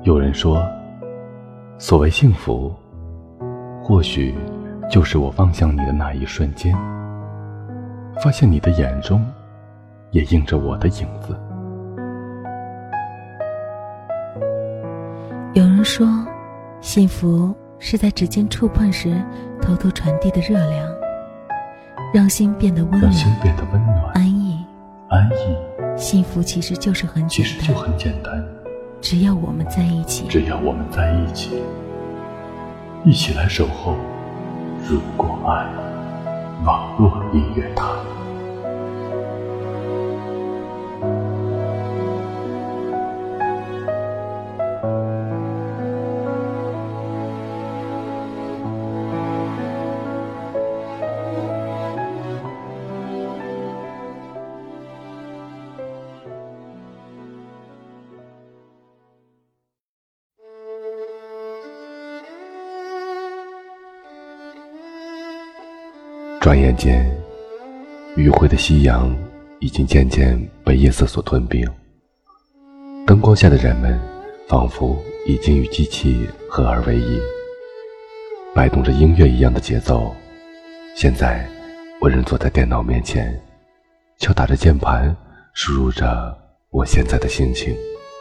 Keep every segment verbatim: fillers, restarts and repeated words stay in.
有人说，所谓幸福，或许就是我望向你的那一瞬间，发现你的眼中也映着我的影子。 有人说，幸福是在指尖触碰时偷偷传递的热量，让心变得温暖， 让心变得温暖， 安逸。 安逸。 幸福其实就是很简单， 其实就很简单， 只要我们在一起， 只要我们在一起，一起来守候。如果爱，网络音乐台。转眼间，余晖的夕阳已经渐渐被夜色所吞并，灯光下的人们仿佛已经与机器合而为一，摆动着音乐一样的节奏。现在我仍坐在电脑面前，敲打着键盘，输入着我现在的心情，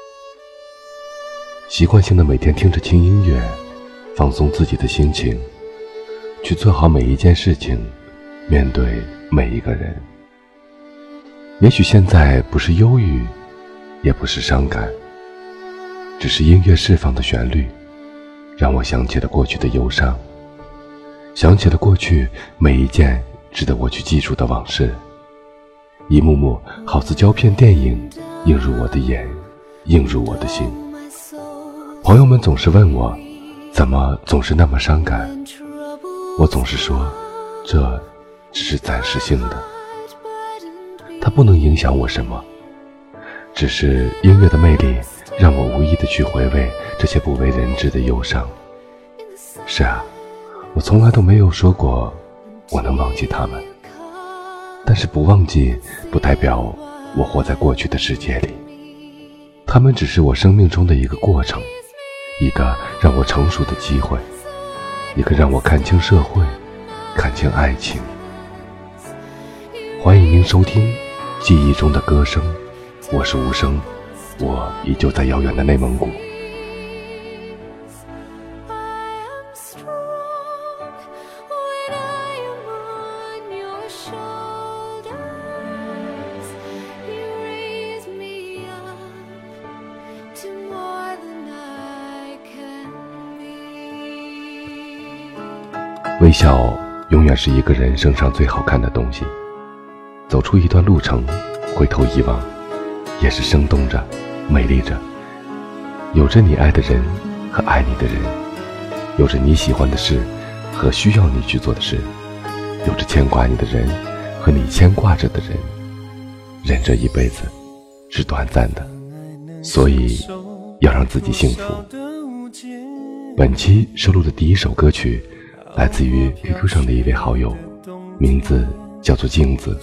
习惯性的每天听着轻音乐，放松自己的心情，去做好每一件事情，面对每一个人。也许现在不是忧郁，也不是伤感，只是音乐释放的旋律，让我想起了过去的忧伤，想起了过去每一件值得我去记住的往事，一幕幕好似胶片电影，映入我的眼，映入我的心。朋友们总是问我，怎么总是那么伤感？我总是说，这只是暂时性的，它不能影响我什么，只是音乐的魅力让我无意地去回味这些不为人知的忧伤。是啊，我从来都没有说过我能忘记他们，但是不忘记不代表我活在过去的世界里，他们只是我生命中的一个过程，一个让我成熟的机会，一个让我看清社会，看清爱情。欢迎您收听记忆中的歌声，我是无声，我依旧在遥远的内蒙古。微笑永远是一个人生上最好看的东西，走出一段路程，回头一望，也是生动着，美丽着。有着你爱的人和爱你的人，有着你喜欢的事和需要你去做的事，有着牵挂你的人和你牵挂着的人。人这一辈子是短暂的，所以要让自己幸福。本期收录的第一首歌曲来自于 Q Q 上的一位好友，名字叫做镜子。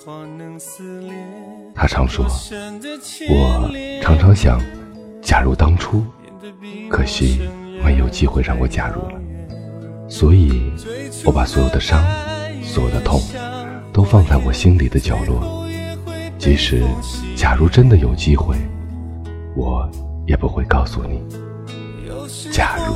他常说，我常常想假如当初，可惜没有机会让我假如了，所以我把所有的伤，所有的痛都放在我心里的角落，即使假如真的有机会，我也不会告诉你假如。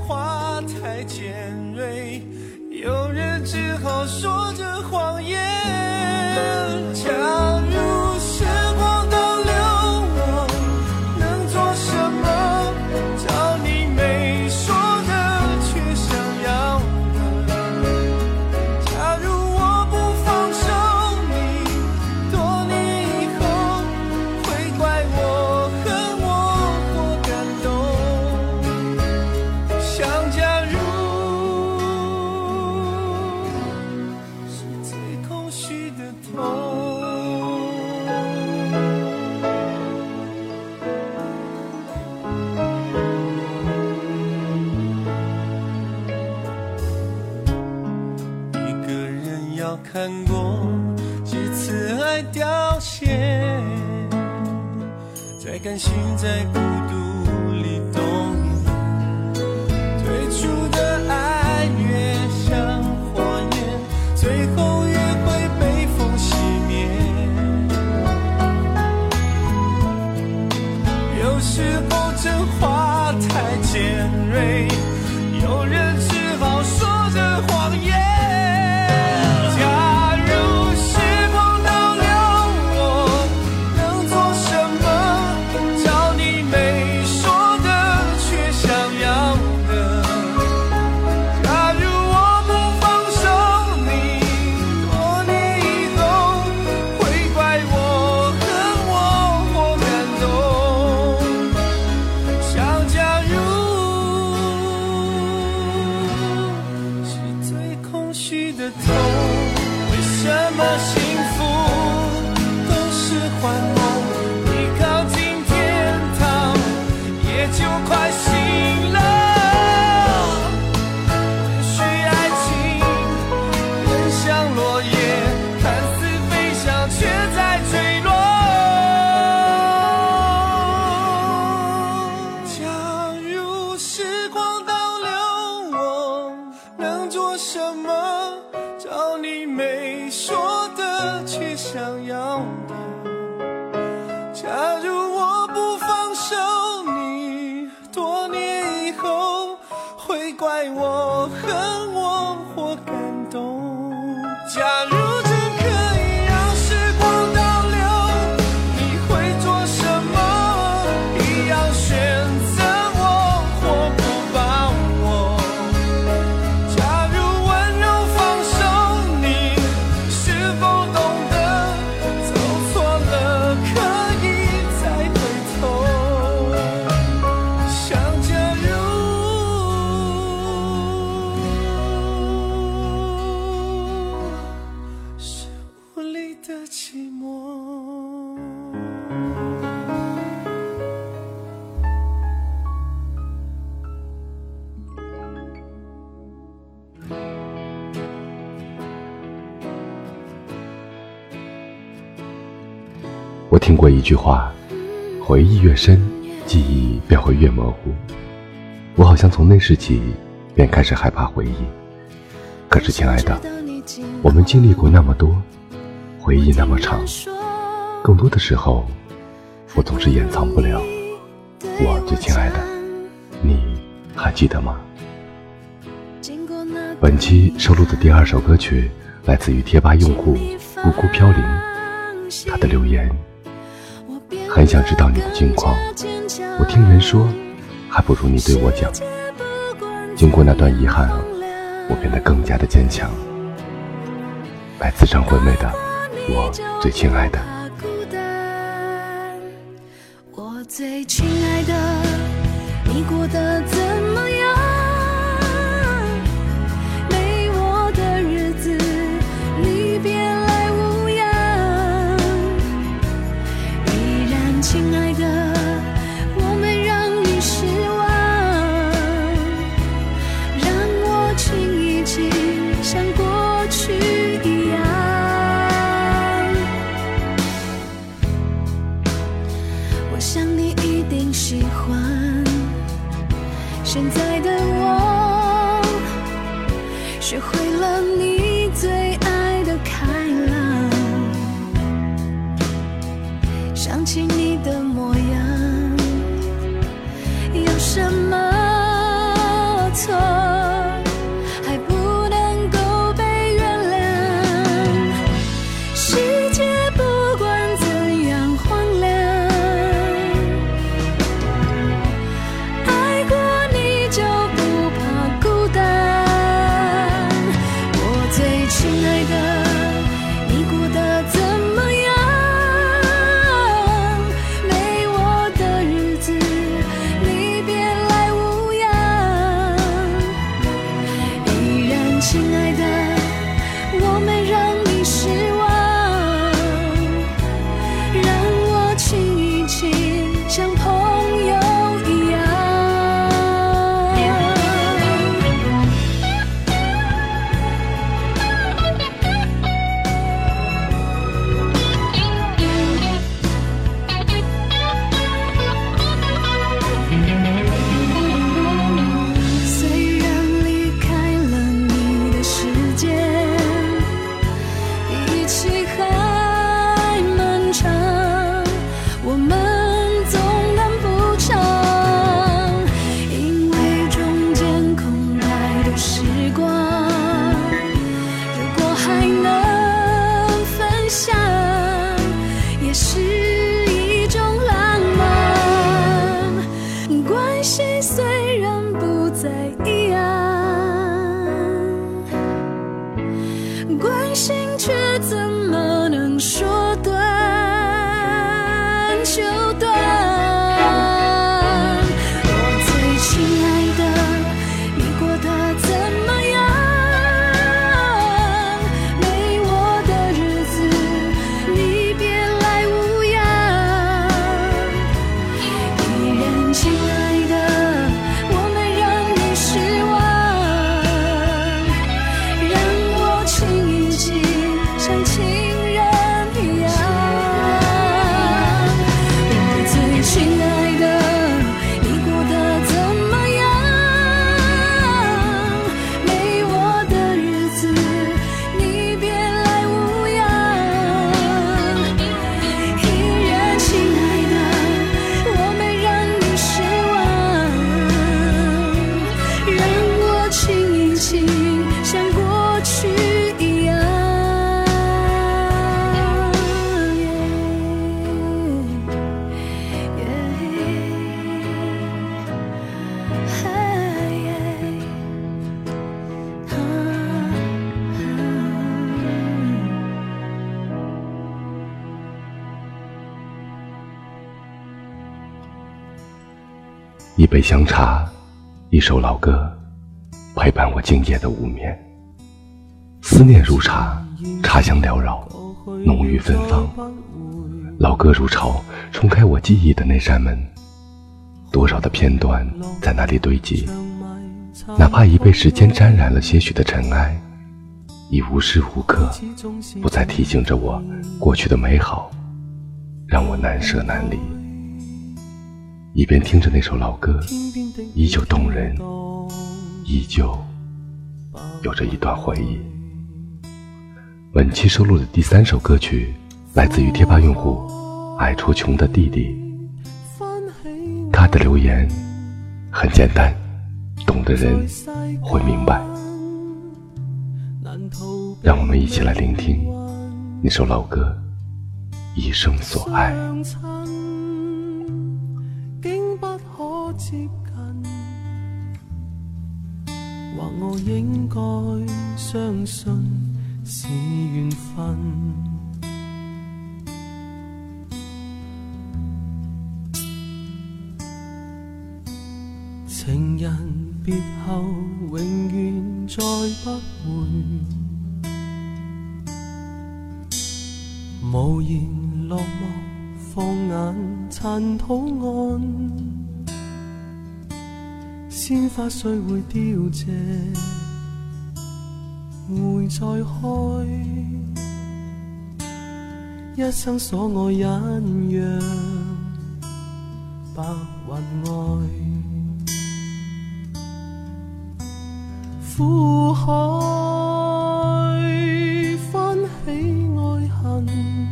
有人只好说着谎言，假如时光倒流，我能做什么？找你没说的却想要的。假如我不放手你，多年以后会怪我恨我或感动。想假如看过几次爱凋谢，在甘心在孤独里懂有时候真话太尖锐，有人只好说着谎言。假如时光倒流，我能做什么？找你没说的却想要的。假如我不放手你，多年以后会怪我恨我或感动。想假如是最空虚的痛，为什么幸福都是幻梦？你靠近天堂也就快醒了。也许爱情很像落叶，看似飞翔却在坠落。假如时光倒流，我能做什么？找你没说的却想要的。假如我不放手你，多年以后会怪我恨我或感动。假如真可以让时光倒流，你会做什么？一样选择我或不帮我。假如温柔放手你，是否懂得走错了可以再回头。想假如是无力的寂寞。 我听过一句话，回忆越深，记忆便会越模糊。我好像从那时起便开始害怕回忆。可是亲爱的，我们经历过那么多，回忆那么长，更多的时候我总是掩藏不了。我最亲爱的，你还记得吗？本期收录的第二首歌曲来自于贴吧用户咕咕飘零，他的留言：很想知道你的近况，我听人说还不如你对我讲。经过那段遗憾，我变得更加的坚强。来自张惠妹的我最亲爱的。 我最亲爱的，你过得怎么样？没我的日子你别来无恙。依然亲爱的，我没让你失望，让我亲一亲，像过去一样。我想你一定喜欢现在的我，学会了你最爱的开朗，想起你的模样，有什么错还不能够被原谅？世界不管怎样荒凉，爱过你就不怕孤单。我最亲爱的，你过得怎么样？没一杯香茶，一首老歌，陪伴我今夜的无眠。思念如茶，茶香缭绕，浓郁芬芳。老歌如潮，冲开我记忆的那扇门。多少的片段在那里堆积，哪怕已被时间沾染了些许的尘埃，已无时无刻不再提醒着我过去的美好，让我难舍难离。一边听着那首老歌，依旧动人，依旧有着一段回忆。本期收录的第三首歌曲来自于贴吧用户爱出穷的弟弟，他的留言很简单，懂的人会明白。让我们一起来聆听那首老歌《一生所爱》。 竟不可接近，或我應該相信是緣分。情人別後永遠再不會，無言落寞放眼塵土岸，鮮花雖會凋謝，會再開，一生所愛隱讓白雲外。苦海翻起愛恨，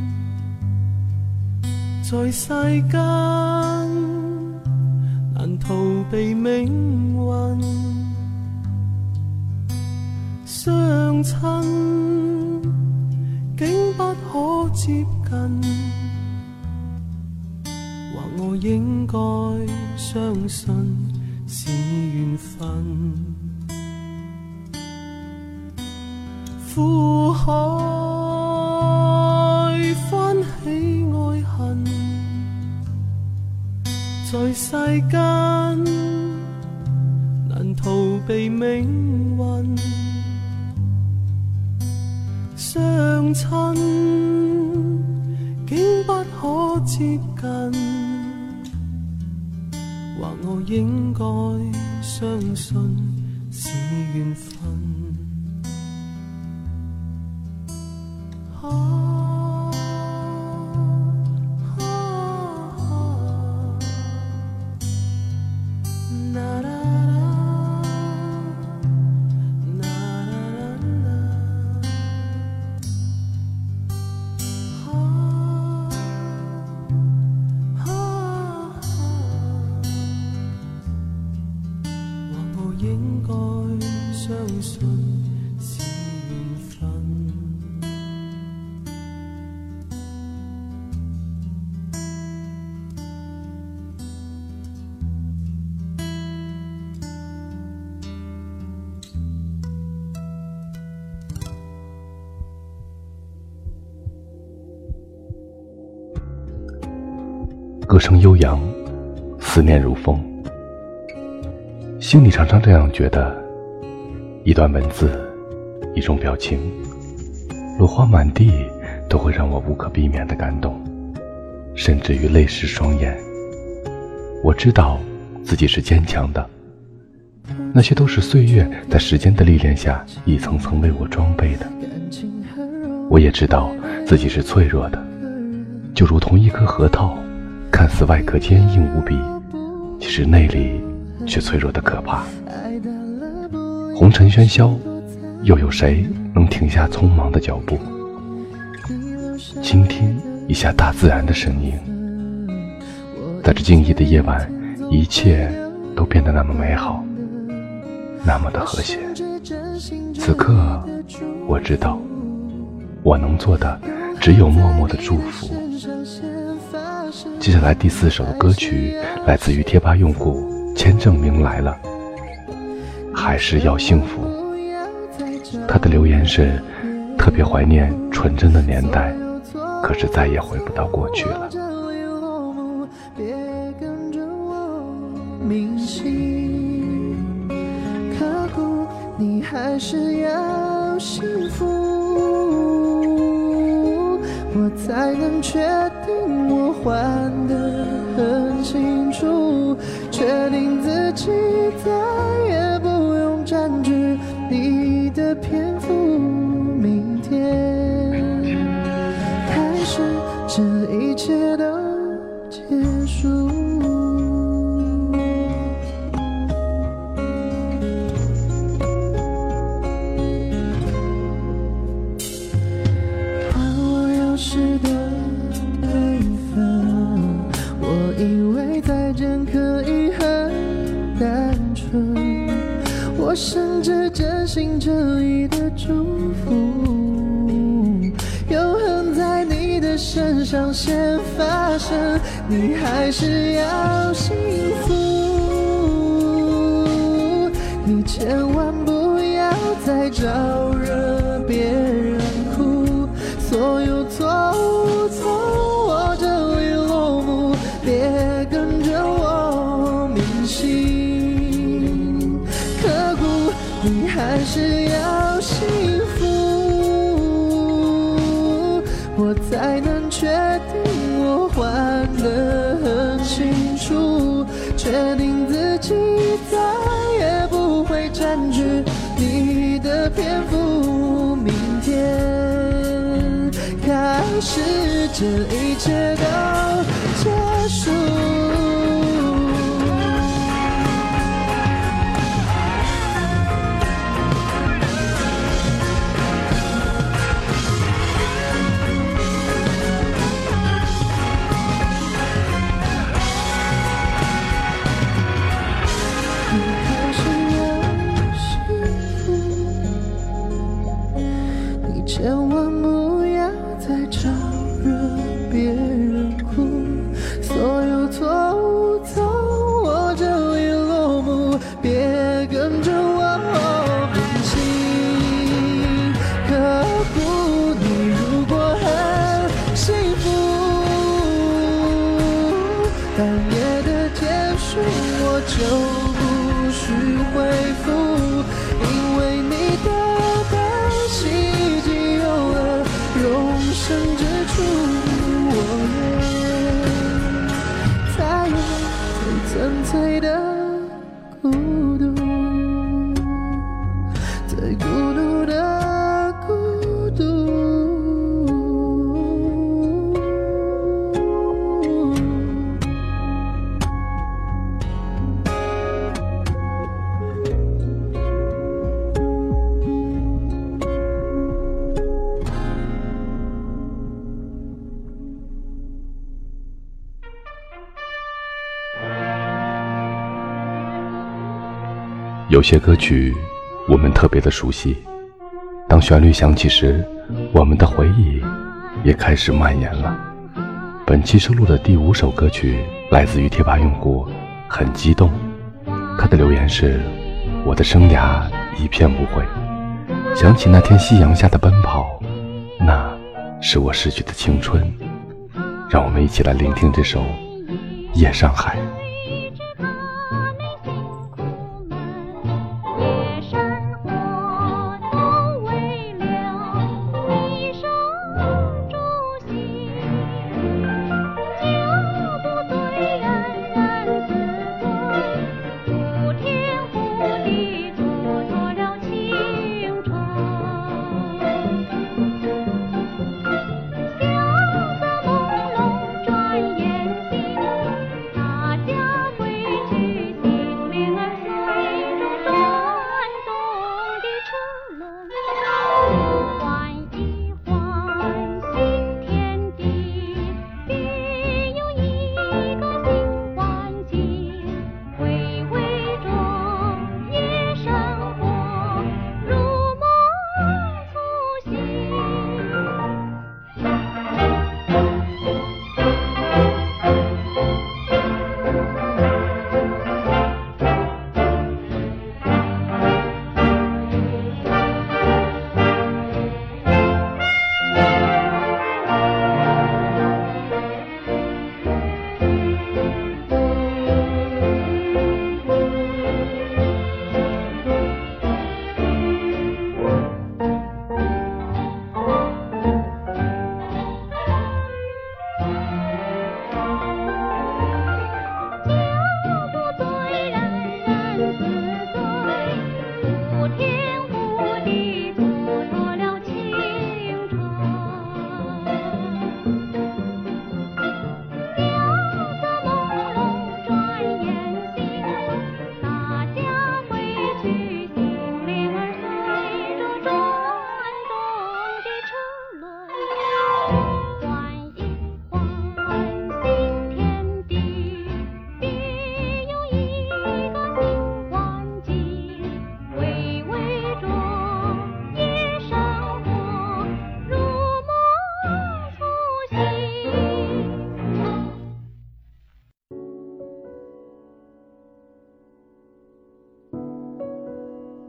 在世間難逃避命運，相親竟不可接近，或我應該相信是緣分。苦海翻起愛恨，在世間難逃避命運，相親竟不可接近，或我應該相信是緣分。應該相信是緣分。 歌声悠扬，思念如风。心里常常这样觉得，一段文字，一种表情，落花满地都会让我无可避免的感动，甚至于泪湿双眼。我知道自己是坚强的，那些都是岁月在时间的历练下一层层为我装备的。我也知道自己是脆弱的，就如同一颗核桃，看似外壳坚硬无比，其实内里却脆弱的可怕。红尘喧嚣，又有谁能停下匆忙的脚步，倾听一下大自然的声音？在这静谧的夜晚，一切都变得那么美好，那么的和谐。此刻我知道，我能做的只有默默的祝福。接下来第四首的歌曲来自于贴吧用户签证名来了，还是要幸福。他的留言是特别怀念纯真的年代，可是再也回不到过去了。 铭心，刻骨你还是要幸福，我才能确定我还得很清楚，确定自己再也不用占据你的篇幅。明天开始，这一切都结束。还我有时的备份，我以为再见可以很单纯，我甚至真心真意的祝福，永恒在你的身上先发生，你还是要幸福，你千万不要再招惹别人哭，所有错误从我这里落幕，别跟着我铭心，刻骨你还是要幸福，我才能确定我还得很清楚，确定自己再也不会占据你的篇幅。明天开始，这一切都结束。千万不要再招惹别人哭，所有错误从我这里落幕，别跟着我铭心，刻骨你如果很幸福，当夜的结束我就不需回复，因为你的担心容身之处，我也才有最纯粹的孤独，最孤独的孤独。 有些歌曲我们特别的熟悉，当旋律响起时，我们的回忆也开始蔓延了。本期收录的第五首歌曲来自于贴吧用户很激动，他的留言是：我的生涯一片无悔，想起那天夕阳下的奔跑，那是我逝去的青春。让我们一起来聆听这首《夜上海》。 家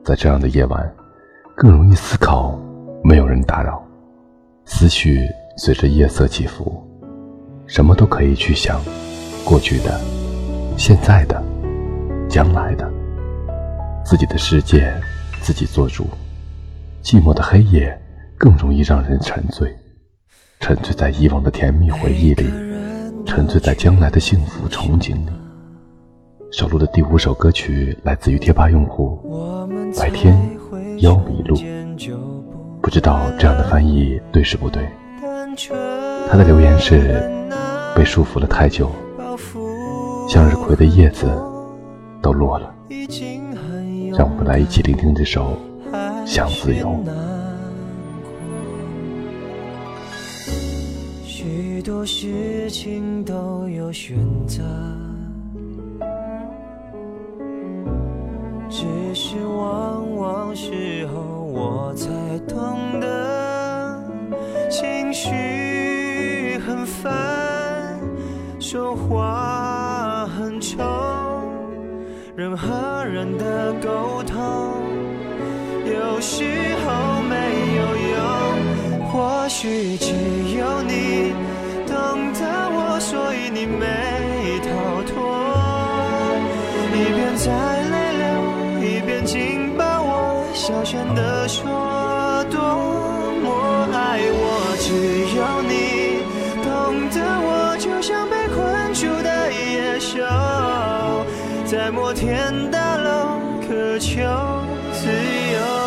在这样的夜晚，更容易思考，没有人打扰，思绪随着夜色起伏，什么都可以去想，过去的、现在的、将来的，自己的世界自己做主。寂寞的黑夜更容易让人沉醉，沉醉在以往的甜蜜回忆里，沉醉在将来的幸福憧憬里。收录的第五首歌曲来自于贴吧用户白天妖迷路，不知道这样的翻译对是不对。他的留言是：被束缚了太久，向日葵的叶子都落了。让我们来一起聆听这首《想自由》。 许多事情都有选择，只是往往时候我才懂得，情绪很烦，说话很冲，人和人的沟通有时候没有用，或许只有你懂得我，所以你没逃脱。一边在泪流，一边紧抱我，小声地说多么爱我。只有你懂得我，就像被困住的野兽，在摩天大楼渴求自由。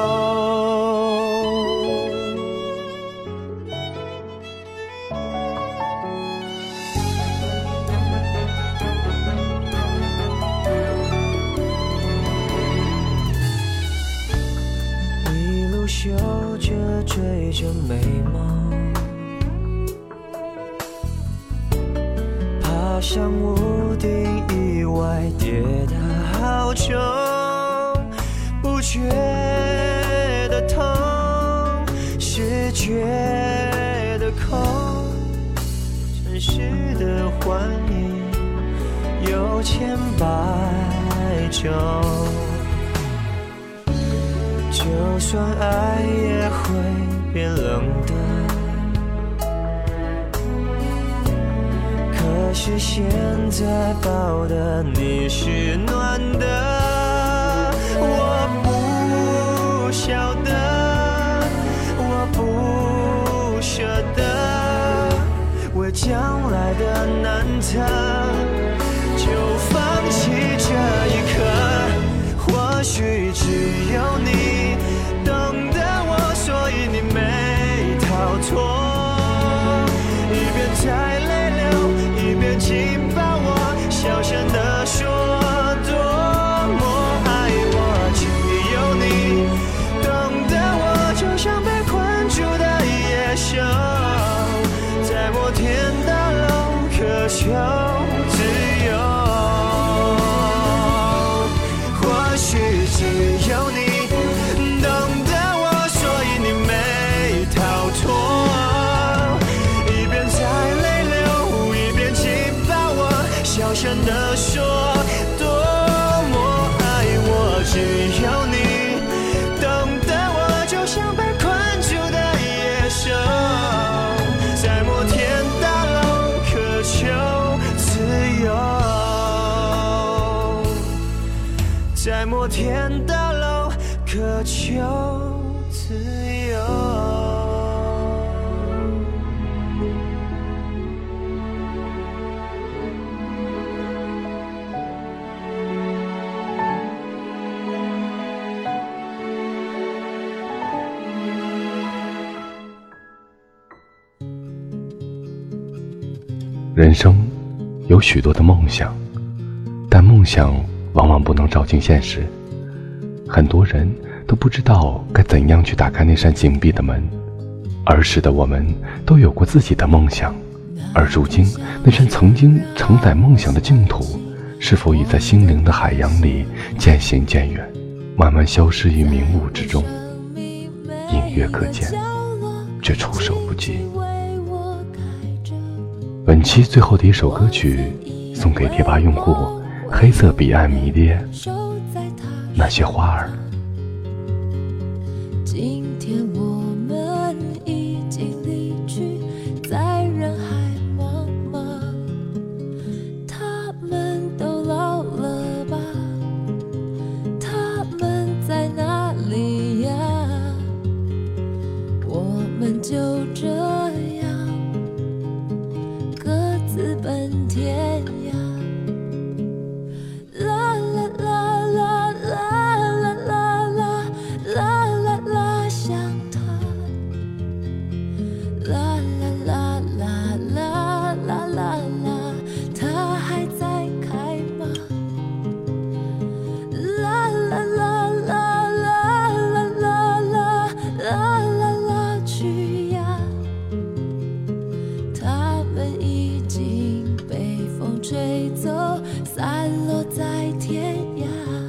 一路嗅着追着美梦，爬上屋顶，意外跌得好重，不觉得痛，是觉得空，城市的幻影有千百种，就算爱也会变冷的，可是现在抱的你是暖的，我不晓得，我不舍得，为将来的难测，就放弃这一刻。或许只有你懂得我，所以你没逃脱。一边在泪流，一边紧抱我，小声地说多么爱我。只有你懂得我，就像被困住的野兽，在摩天大楼渴求自由。或许只有你懂得我，所以你没逃脱。一边在泪流，一边紧抱我，小声地说多么爱我。只有你懂得我，就像被困住的野兽，在摩天大楼渴求自由，在摩天大楼渴求自由。 人生有许多的梦想，但梦想往往不能照进现实。很多人都不知道该怎样去打开那扇紧闭的门。儿时的我们都有过自己的梦想，而如今那扇曾经承载梦想的净土，是否已在心灵的海洋里渐行渐远，慢慢消失于迷雾之中，隐约可见，却触手不及。本期最后的一首歌曲送给贴吧用户黑色彼岸迷爹，那些花儿天我们已经离去，在人海茫茫。他们都老了吧？他们在哪里呀？我们就这样各自奔天涯。啦啦啦啦啦啦啦啦啦啦啦，想他。啦啦啦啦啦啦啦啦，他还在开吗？啦啦啦啦啦啦啦啦啦啦啦，去呀！他们已经被风吹走，散落在天涯。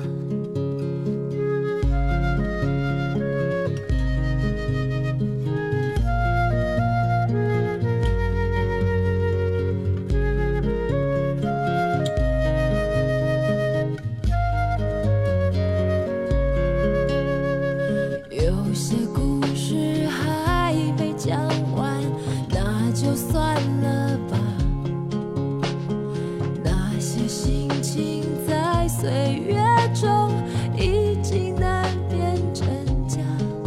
有些故事还没讲完，那就算了吧。那些心情在岁月中已经难辨真假。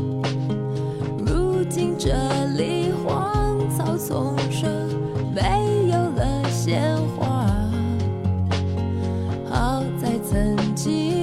如今这里荒草丛生，没有了鲜花。好在曾经